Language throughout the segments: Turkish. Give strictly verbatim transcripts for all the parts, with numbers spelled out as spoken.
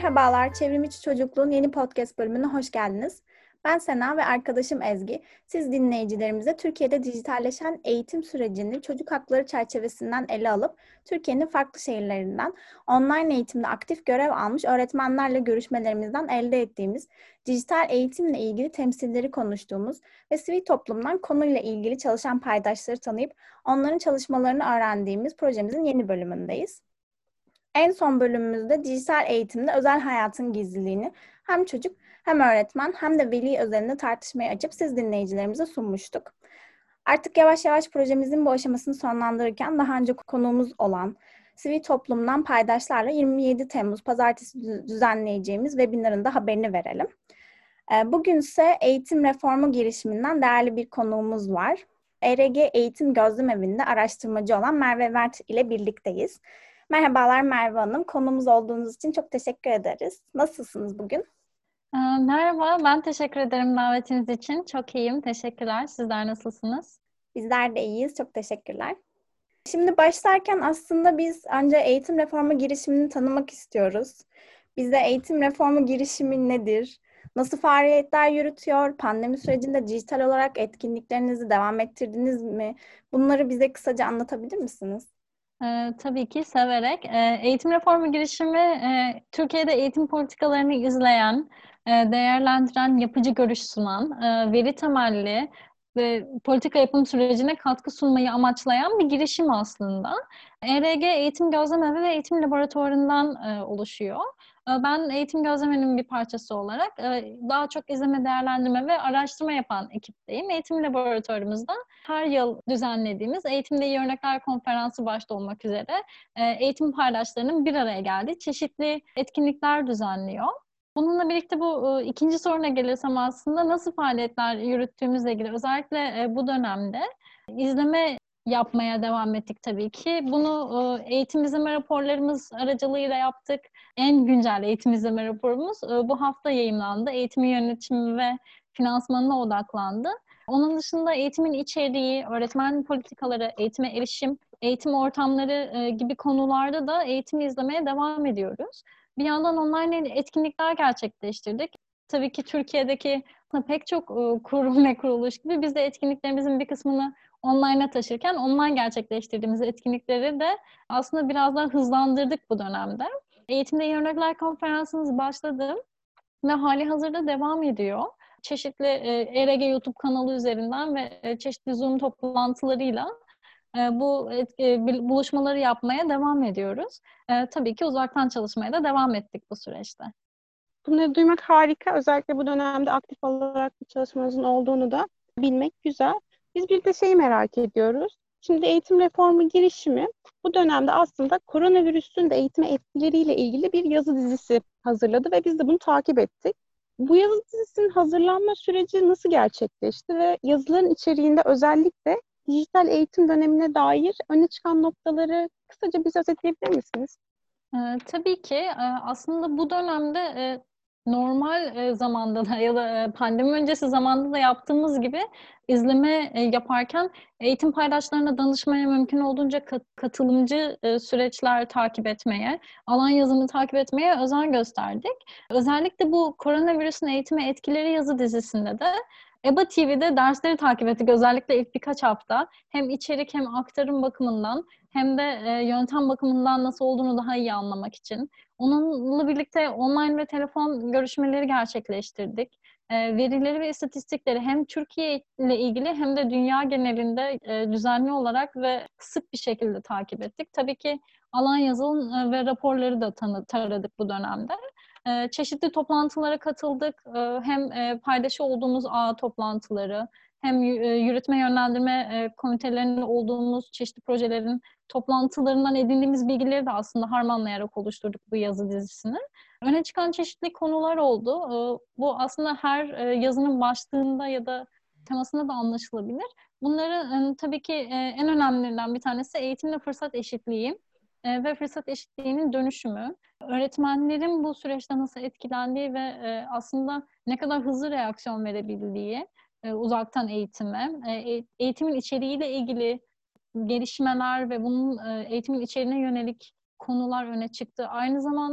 Merhabalar, Çevrimiçi Çocukluğun yeni podcast bölümüne hoş geldiniz. Ben Sena ve arkadaşım Ezgi. Siz dinleyicilerimize Türkiye'de dijitalleşen eğitim sürecini çocuk hakları çerçevesinden ele alıp Türkiye'nin farklı şehirlerinden online eğitimde aktif görev almış öğretmenlerle görüşmelerimizden elde ettiğimiz dijital eğitimle ilgili temsilleri konuştuğumuz ve sivil toplumdan konuyla ilgili çalışan paydaşları tanıyıp onların çalışmalarını öğrendiğimiz projemizin yeni bölümündeyiz. En son bölümümüzde dijital eğitimde özel hayatın gizliliğini hem çocuk hem öğretmen hem de veli özelinde tartışmayı açıp siz dinleyicilerimize sunmuştuk. Artık yavaş yavaş projemizin bu aşamasını sonlandırırken daha önce konuğumuz olan sivil toplumdan paydaşlarla yirmi yedi Temmuz Pazartesi düzenleyeceğimiz webinarın da haberini verelim. Bugün ise eğitim reformu girişiminden değerli bir konuğumuz var. E R G Eğitim Gözlem Evi'nde araştırmacı olan Merve Mert ile birlikteyiz. Merhabalar Merve Hanım. Konuğumuz olduğunuz için çok teşekkür ederiz. Nasılsınız bugün? Merhaba, ben teşekkür ederim davetiniz için. Çok iyiyim, teşekkürler. Sizler nasılsınız? Bizler de iyiyiz, çok teşekkürler. Şimdi başlarken aslında biz önce eğitim reformu girişimini tanımak istiyoruz. Bize eğitim reformu girişimi nedir? Nasıl faaliyetler yürütüyor? Pandemi sürecinde dijital olarak etkinliklerinizi devam ettirdiniz mi? Bunları bize kısaca anlatabilir misiniz? Ee, tabii ki severek. Ee, eğitim reformu girişimi e, Türkiye'de eğitim politikalarını izleyen, e, değerlendiren, yapıcı görüş sunan, e, veri temelli ve politika yapım sürecine katkı sunmayı amaçlayan bir girişim aslında. E R G Eğitim Gözlem Evi ve Eğitim Laboratuvarı'ndan e, oluşuyor. Ben eğitim gözleminin bir parçası olarak daha çok izleme, değerlendirme ve araştırma yapan ekipteyim. Eğitim laboratuvarımızda her yıl düzenlediğimiz Eğitimde İyi Örnekler Konferansı başta olmak üzere eğitim paydaşlarının bir araya geldiği çeşitli etkinlikler düzenliyor. Bununla birlikte bu ikinci soruna gelirsem aslında nasıl faaliyetler yürüttüğümüzle ilgili özellikle bu dönemde izleme yapmaya devam ettik tabii ki. Bunu eğitim izleme raporlarımız aracılığıyla yaptık. En güncel eğitim izleme raporumuz bu hafta yayımlandı. Eğitimin yönetimi ve finansmanına odaklandı. Onun dışında eğitimin içeriği, öğretmen politikaları, eğitime erişim, eğitim ortamları gibi konularda da eğitimi izlemeye devam ediyoruz. Bir yandan online etkinlikler gerçekleştirdik. Tabii ki Türkiye'deki pek çok kurum ve kuruluş gibi biz de etkinliklerimizin bir kısmını online'a taşırken online gerçekleştirdiğimiz etkinlikleri de aslında biraz daha hızlandırdık bu dönemde. Eğitimde İyi Örnekler Konferansımız başladı ve hali hazırda devam ediyor. Çeşitli E R G YouTube kanalı üzerinden ve çeşitli Zoom toplantılarıyla bu buluşmaları yapmaya devam ediyoruz. Tabii ki uzaktan çalışmaya da devam ettik bu süreçte. Bunları duymak harika. Özellikle bu dönemde aktif olarak bir çalışmanızın olduğunu da bilmek güzel. Biz bir de şeyi merak ediyoruz. Şimdi eğitim reformu girişimi bu dönemde aslında koronavirüsün de eğitime etkileriyle ilgili bir yazı dizisi hazırladı ve biz de bunu takip ettik. Bu yazı dizisinin hazırlanma süreci nasıl gerçekleşti ve yazıların içeriğinde özellikle dijital eğitim dönemine dair öne çıkan noktaları kısaca bize özetleyebilir misiniz? Ee, tabii ki e, aslında bu dönemde e, normal e, zamanda da ya da e, pandemi öncesi zamanda da yaptığımız gibi izleme e, yaparken eğitim paydaşlarına danışmaya mümkün olduğunca kat, katılımcı e, süreçler takip etmeye, alan yazımını takip etmeye özen gösterdik. Özellikle bu koronavirüsün eğitime etkileri yazı dizisinde de E B A T V'de dersleri takip ettik. Özellikle ilk birkaç hafta hem içerik hem aktarım bakımından hem de e, yöntem bakımından nasıl olduğunu daha iyi anlamak için. Onunla birlikte online ve telefon görüşmeleri gerçekleştirdik. E, verileri ve istatistikleri hem Türkiye ile ilgili hem de dünya genelinde e, düzenli olarak ve sık bir şekilde takip ettik. Tabii ki alan yazılım e, ve raporları da tanı, taradık bu dönemde. E, çeşitli toplantılara katıldık. E, hem e, paydaşı olduğumuz ağ toplantıları, hem yürütme yönlendirme komitelerinde olduğumuz çeşitli projelerin toplantılarından edindiğimiz bilgileri de aslında harmanlayarak oluşturduk bu yazı dizisini. Öne çıkan çeşitli konular oldu. Bu aslında her yazının başlığında ya da temasında da anlaşılabilir. Bunların tabii ki en önemlilerinden bir tanesi eğitimle fırsat eşitliği ve fırsat eşitliğinin dönüşümü. Öğretmenlerin bu süreçte nasıl etkilendiği ve aslında ne kadar hızlı reaksiyon verebildiği, uzaktan eğitime, eğitimin içeriğiyle ilgili gelişmeler ve bunun eğitimin içeriğine yönelik konular öne çıktı. Aynı zamanda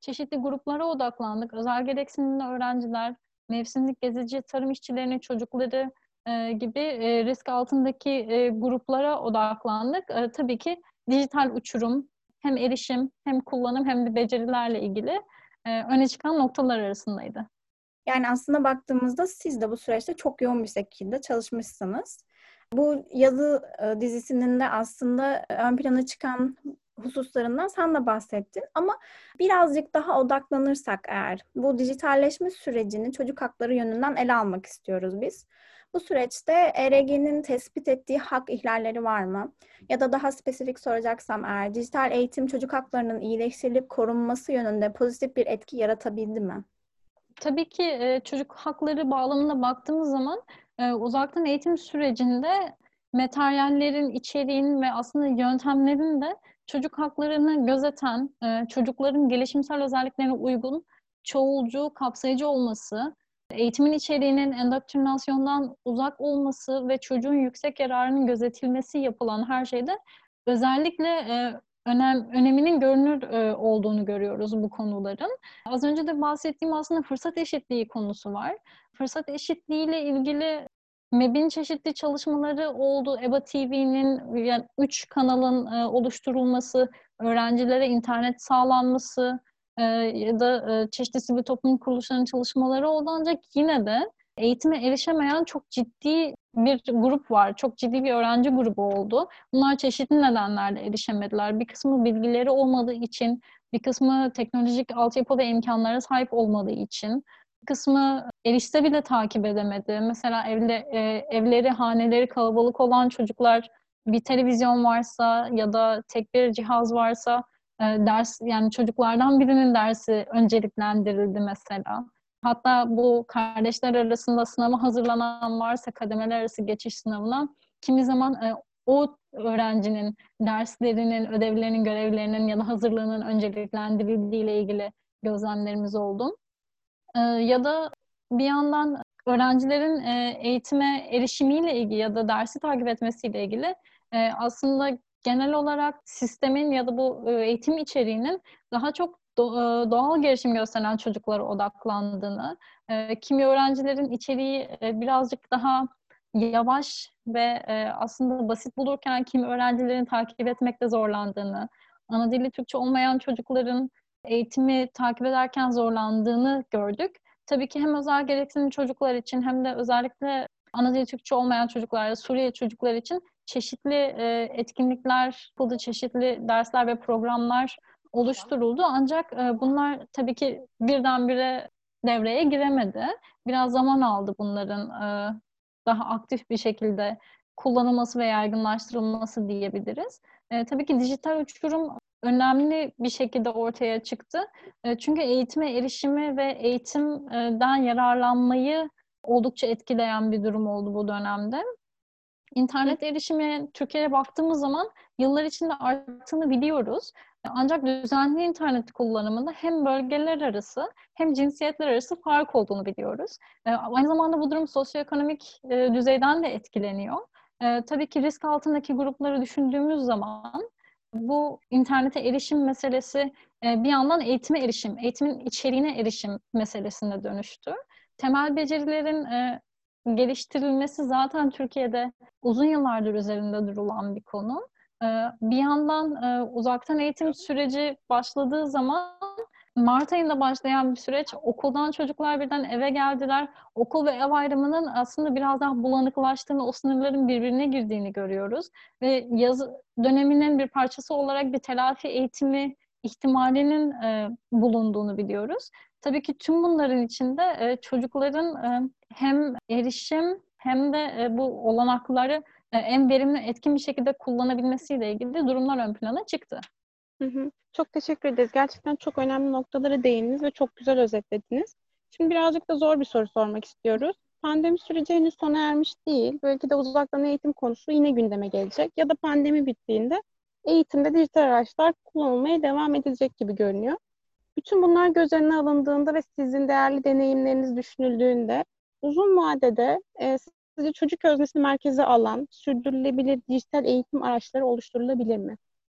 çeşitli gruplara odaklandık. Özel gereksinimli öğrenciler, mevsimlik gezici tarım işçilerinin çocukları e, gibi e, risk altındaki e, gruplara odaklandık. E, tabii ki dijital uçurum, hem erişim, hem kullanım, hem de becerilerle ilgili e, öne çıkan noktalar arasındaydı. Yani aslında baktığımızda siz de bu süreçte çok yoğun bir şekilde çalışmışsınız. Bu yazı e, dizisinin de aslında ön plana çıkan hususlarından sen de bahsettin. Ama birazcık daha odaklanırsak eğer bu dijitalleşme sürecini çocuk hakları yönünden ele almak istiyoruz biz. Bu süreçte E R G'nin tespit ettiği hak ihlalleri var mı? Ya da daha spesifik soracaksam eğer dijital eğitim çocuk haklarının iyileştirilip korunması yönünde pozitif bir etki yaratabildi mi? Tabii ki e, çocuk hakları bağlamına baktığımız zaman e, uzaktan eğitim sürecinde materyallerin, içeriğin ve aslında yöntemlerin de çocuk haklarını gözeten, e, çocukların gelişimsel özelliklerine uygun, çoğulcu, kapsayıcı olması, eğitimin içeriğinin endoktrinasyondan uzak olması ve çocuğun yüksek yararının gözetilmesi yapılan her şeyde özellikle e, önem, öneminin görünür e, olduğunu görüyoruz bu konuların. Az önce de bahsettiğim aslında fırsat eşitliği konusu var. Fırsat eşitliği ile ilgili M E B'in çeşitli çalışmaları oldu. E B A T V'nin yani üç kanalın e, oluşturulması, öğrencilere internet sağlanması e, ya da e, çeşitli sivil toplum kuruluşlarının çalışmaları oldu. Ancak yine de eğitime erişemeyen çok ciddi bir grup var. Çok ciddi bir öğrenci grubu oldu. Bunlar çeşitli nedenlerle erişemediler. Bir kısmı bilgileri olmadığı için, bir kısmı teknolojik altyapı ve imkanlara sahip olmadığı için, bir kısmı erişse bile takip edemedi. Mesela evle, e, evleri, haneleri kalabalık olan çocuklar, bir televizyon varsa ya da tek bir cihaz varsa e, ders, yani çocuklardan birinin dersi önceliklendirildi mesela. Hatta bu kardeşler arasında sınava hazırlanan varsa kademeler arası geçiş sınavına kimi zaman e, o öğrencinin derslerinin, ödevlerinin, görevlerinin ya da hazırlığının önceliklendirildiği ile ilgili gözlemlerimiz oldu. Ee, ya da bir yandan öğrencilerin e, eğitime erişimiyle ilgili ya da dersi takip etmesiyle ilgili e, aslında genel olarak sistemin ya da bu e, eğitim içeriğinin daha çok do- e, doğal gelişim gösteren çocuklara odaklandığını, e, kimi öğrencilerin içeriği e, birazcık daha yavaş ve e, aslında basit bulurken kimi öğrencilerin takip etmekte zorlandığını, ana dili Türkçe olmayan çocukların eğitimi takip ederken zorlandığını gördük. Tabii ki hem özel gereksinimli çocuklar için hem de özellikle ana dili Türkçe olmayan çocuklar, Suriyeli çocuklar için çeşitli e, etkinlikler yapıldı, çeşitli dersler ve programlar oluşturuldu. Ancak e, bunlar tabii ki birdenbire devreye giremedi. Biraz zaman aldı bunların e, daha aktif bir şekilde kullanılması ve yaygınlaştırılması diyebiliriz. E, tabii ki dijital uçurum önemli bir şekilde ortaya çıktı. E, çünkü eğitime erişimi ve eğitimden yararlanmayı oldukça etkileyen bir durum oldu bu dönemde. İnternet erişimi Türkiye'ye baktığımız zaman yıllar içinde arttığını biliyoruz. Ancak düzenli internet kullanımında hem bölgeler arası hem cinsiyetler arası fark olduğunu biliyoruz. E, aynı zamanda bu durum sosyoekonomik e, düzeyden de etkileniyor. E, tabii ki risk altındaki grupları düşündüğümüz zaman bu internete erişim meselesi e, bir yandan eğitime erişim, eğitimin içeriğine erişim meselesine dönüştü. Temel becerilerin e, geliştirilmesi zaten Türkiye'de uzun yıllardır üzerinde durulan bir konu. E, bir yandan e, uzaktan eğitim süreci başladığı zaman Mart ayında başlayan bir süreç, okuldan çocuklar birden eve geldiler. Okul ve ev ayrımının aslında biraz daha bulanıklaştığını, o sınırların birbirine girdiğini görüyoruz. Ve yaz döneminin bir parçası olarak bir telafi eğitimi ihtimalinin e, bulunduğunu biliyoruz. Tabii ki tüm bunların içinde e, çocukların e, hem erişim hem de e, bu olanakları e, en verimli, etkin bir şekilde kullanabilmesiyle ilgili durumlar ön plana çıktı. Hı hı. Çok teşekkür ederiz. Gerçekten çok önemli noktalara değindiniz ve çok güzel özetlediniz. Şimdi birazcık da zor bir soru sormak istiyoruz. Pandemi süreci henüz sona ermiş değil. Belki de uzaktan eğitim konusu yine gündeme gelecek. Ya da pandemi bittiğinde eğitimde dijital araçlar kullanılmaya devam edilecek gibi görünüyor. Bütün bunlar göz önüne alındığında ve sizin değerli deneyimleriniz düşünüldüğünde uzun vadede e, sizce çocuk öznesini merkeze alan sürdürülebilir dijital eğitim araçları oluşturulabilir mi?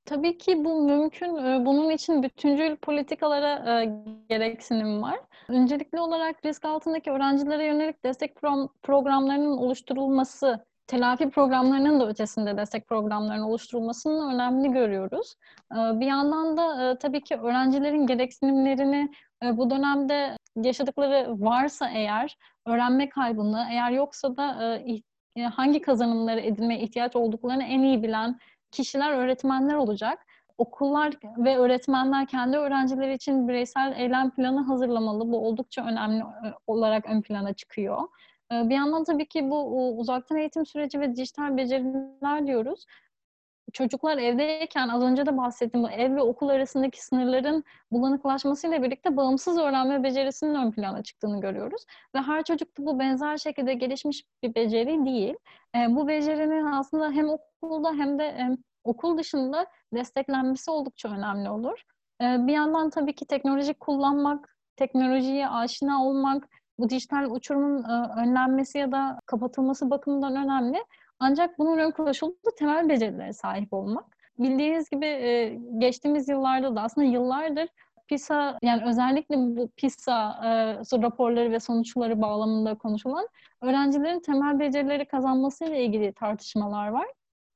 Tabii ki bu mümkün. Eee, Bunun için bütüncül politikalara eee, gereksinim var. Öncelikli olarak risk altındaki öğrencilere yönelik destek pro- programlarının oluşturulması, telafi programlarının da ötesinde destek programlarının oluşturulmasını önemli görüyoruz. Eee, Bir yandan da eee, tabii ki öğrencilerin gereksinimlerini eee, bu dönemde yaşadıkları varsa eğer öğrenme kaybını, eğer yoksa da eee, ih- e, hangi kazanımları edinmeye ihtiyaç olduklarını en iyi bilen kişiler öğretmenler olacak. Okullar ve öğretmenler kendi öğrencileri için bireysel eylem planı hazırlamalı. Bu oldukça önemli e, olarak ön plana çıkıyor. E, Bir yandan tabii ki bu u- uzaktan eğitim süreci ve dijital beceriler diyoruz. Çocuklar evdeyken az önce de bahsettiğim bu ev ve okul arasındaki sınırların bulanıklaşmasıyla birlikte bağımsız öğrenme becerisinin ön plana çıktığını görüyoruz. Ve her çocukta bu benzer şekilde gelişmiş bir beceri değil. E, bu becerinin aslında hem okulda hem de e, okul dışında desteklenmesi oldukça önemli olur. E, bir yandan tabii ki teknoloji kullanmak, teknolojiye aşina olmak, bu dijital uçurumun e, önlenmesi ya da kapatılması bakımından önemli. Ancak bunun ön koşulu da temel becerilere sahip olmak. Bildiğiniz gibi e, geçtiğimiz yıllarda da aslında yıllardır PISA, yani özellikle bu PISA e, raporları ve sonuçları bağlamında konuşulan öğrencilerin temel becerileri kazanmasıyla ilgili tartışmalar var.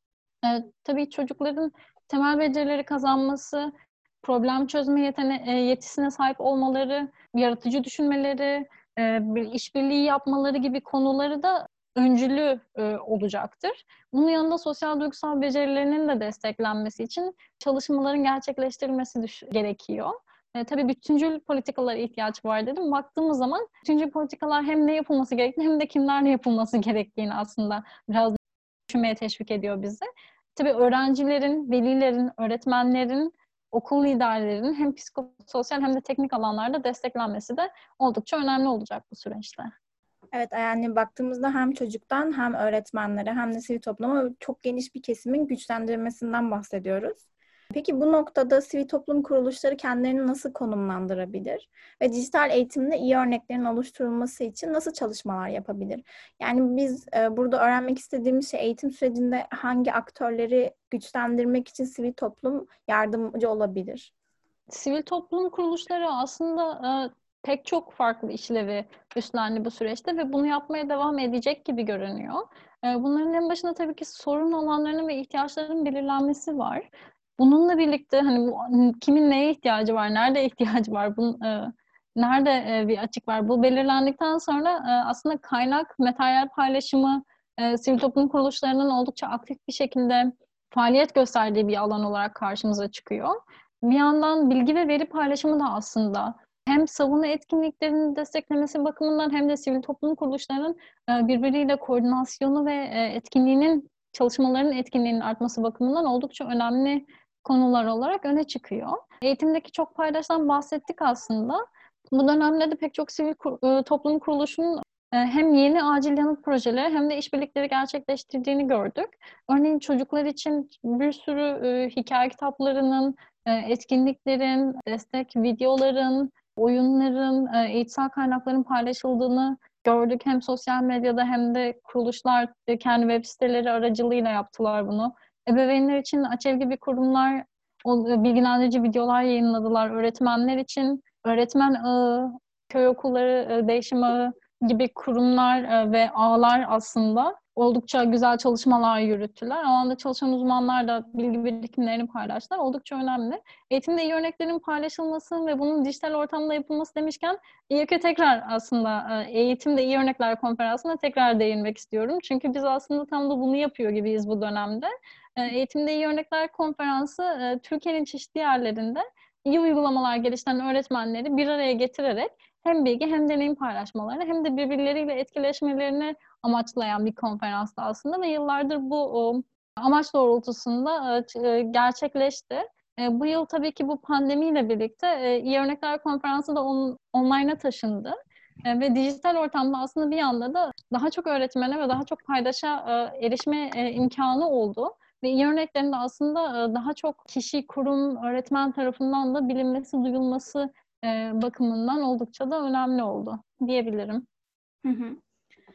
E, tabii çocukların temel becerileri kazanması, problem çözme yetene, e, yetisine sahip olmaları, yaratıcı düşünmeleri, e, bir işbirliği yapmaları gibi konuları da öncülü e, olacaktır. Bunun yanında sosyal duygusal becerilerinin de desteklenmesi için çalışmaların gerçekleştirilmesi düş- gerekiyor. E, tabii bütüncül politikalara ihtiyaç var dedim. Baktığımız zaman bütüncül politikalar hem ne yapılması gerektiğini hem de kimlerle yapılması gerektiğini aslında biraz düşünmeye teşvik ediyor bizi. Tabii öğrencilerin, velilerin, öğretmenlerin, okul liderlerinin hem psikososyal hem de teknik alanlarda desteklenmesi de oldukça önemli olacak bu süreçte. Evet, yani baktığımızda hem çocuktan hem öğretmenlere hem de sivil topluma çok geniş bir kesimin güçlendirilmesinden bahsediyoruz. Peki bu noktada sivil toplum kuruluşları kendilerini nasıl konumlandırabilir ve dijital eğitimde iyi örneklerin oluşturulması için nasıl çalışmalar yapabilir? Yani biz e, burada öğrenmek istediğimiz şey, eğitim sürecinde hangi aktörleri güçlendirmek için sivil toplum yardımcı olabilir? Sivil toplum kuruluşları aslında e, pek çok farklı işlevi üstlendi bu süreçte ve bunu yapmaya devam edecek gibi görünüyor. E, bunların en başında tabii ki sorun alanlarının ve ihtiyaçlarının belirlenmesi var. Bununla birlikte hani bu, kimin neye ihtiyacı var, nerede ihtiyacı var, bunun, e, nerede e, bir açık var, bu belirlendikten sonra e, aslında kaynak, materyal paylaşımı e, sivil toplum kuruluşlarının oldukça aktif bir şekilde faaliyet gösterdiği bir alan olarak karşımıza çıkıyor. Bir yandan bilgi ve veri paylaşımı da aslında hem savunu etkinliklerinin desteklemesi bakımından hem de sivil toplum kuruluşlarının e, birbiriyle koordinasyonu ve e, etkinliğinin, çalışmaların etkinliğinin artması bakımından oldukça önemli konular olarak öne çıkıyor. Eğitimdeki çok paydaştan bahsettik aslında. Bu dönemde de pek çok sivil kur- e, toplum kuruluşunun e, hem yeni acil yanıt projeleri hem de işbirlikleri gerçekleştirdiğini gördük. Örneğin çocuklar için bir sürü e, hikaye kitaplarının, e, etkinliklerin, destek videoların, oyunların, e, eğitsel kaynakların paylaşıldığını gördük. Hem sosyal medyada hem de kuruluşlar e, kendi web siteleri aracılığıyla yaptılar bunu. Ebeveynler için Açev gibi kurumlar o, e, bilgilendirici videolar yayınladılar. Öğretmenler için öğretmen ağı, köy okulları, e, değişim ağı gibi kurumlar e, ve ağlar aslında oldukça güzel çalışmalar yürüttüler. O anda çalışan uzmanlar da bilgi birikimlerini paylaştılar. Oldukça önemli. Eğitimde iyi örneklerin paylaşılması ve bunun dijital ortamda yapılması demişken İYÖK'e tekrar aslında e, Eğitimde İyi Örnekler Konferansı'na tekrar değinmek istiyorum. Çünkü biz aslında tam da bunu yapıyor gibiyiz bu dönemde. E, Eğitimde İyi Örnekler Konferansı e, Türkiye'nin çeşitli yerlerinde iyi uygulamalar geliştiren öğretmenleri bir araya getirerek hem bilgi hem deneyim paylaşmalarını hem de birbirleriyle etkileşmelerini amaçlayan bir konferanstı aslında ve yıllardır bu o, amaç doğrultusunda e, gerçekleşti. E, bu yıl tabii ki bu pandemiyle birlikte e, İyi Örnekler Konferansı da on, online'a taşındı. E, ve dijital ortamda aslında bir anda da daha çok öğretmene ve daha çok paydaşa e, erişme e, imkanı oldu. Ve iyi örneklerin de aslında e, daha çok kişi, kurum, öğretmen tarafından da bilinmesi, duyulması e, bakımından oldukça da önemli oldu diyebilirim. Hı hı.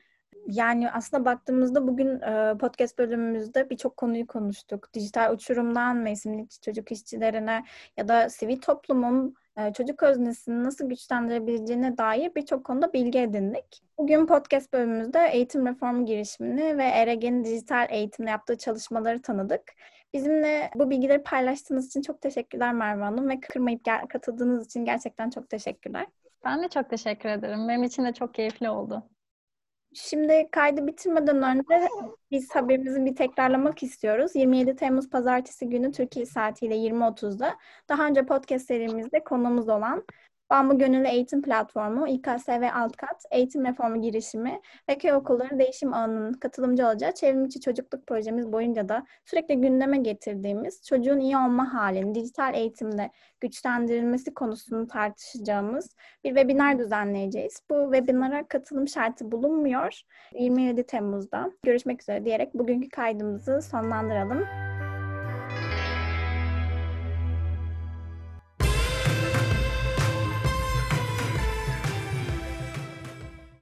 Yani aslında baktığımızda bugün e, podcast bölümümüzde birçok konuyu konuştuk. Dijital uçurumdan mevsimlik çocuk işçilerine ya da sivil toplumun e, çocuk öznesini nasıl güçlendirebileceğine dair birçok konuda bilgi edindik. Bugün podcast bölümümüzde eğitim reformu girişimini ve E R G'nin dijital eğitimle yaptığı çalışmaları tanıdık. Bizimle bu bilgileri paylaştığınız için çok teşekkürler Merve Hanım ve kırmayıp gel- katıldığınız için gerçekten çok teşekkürler. Ben de çok teşekkür ederim. Benim için de çok keyifli oldu. Şimdi kaydı bitirmeden önce biz haberimizi bir tekrarlamak istiyoruz. yirmi yedi Temmuz Pazartesi günü Türkiye saatiyle yirmi otuzda daha önce podcast serimizde konuğumuz olan Bambu Gönüllü Eğitim Platformu, İ K S V Altkat, Eğitim Reformu Girişimi ve Köy Okulları Değişim Ağı'nın katılımcı olacağı Çevrimiçi Çocukluk projemiz boyunca da sürekli gündeme getirdiğimiz çocuğun iyi olma halini dijital eğitimle güçlendirilmesi konusunu tartışacağımız bir webinar düzenleyeceğiz. Bu webinara katılım şartı bulunmuyor. yirmi yedi Temmuz'da görüşmek üzere diyerek bugünkü kaydımızı sonlandıralım.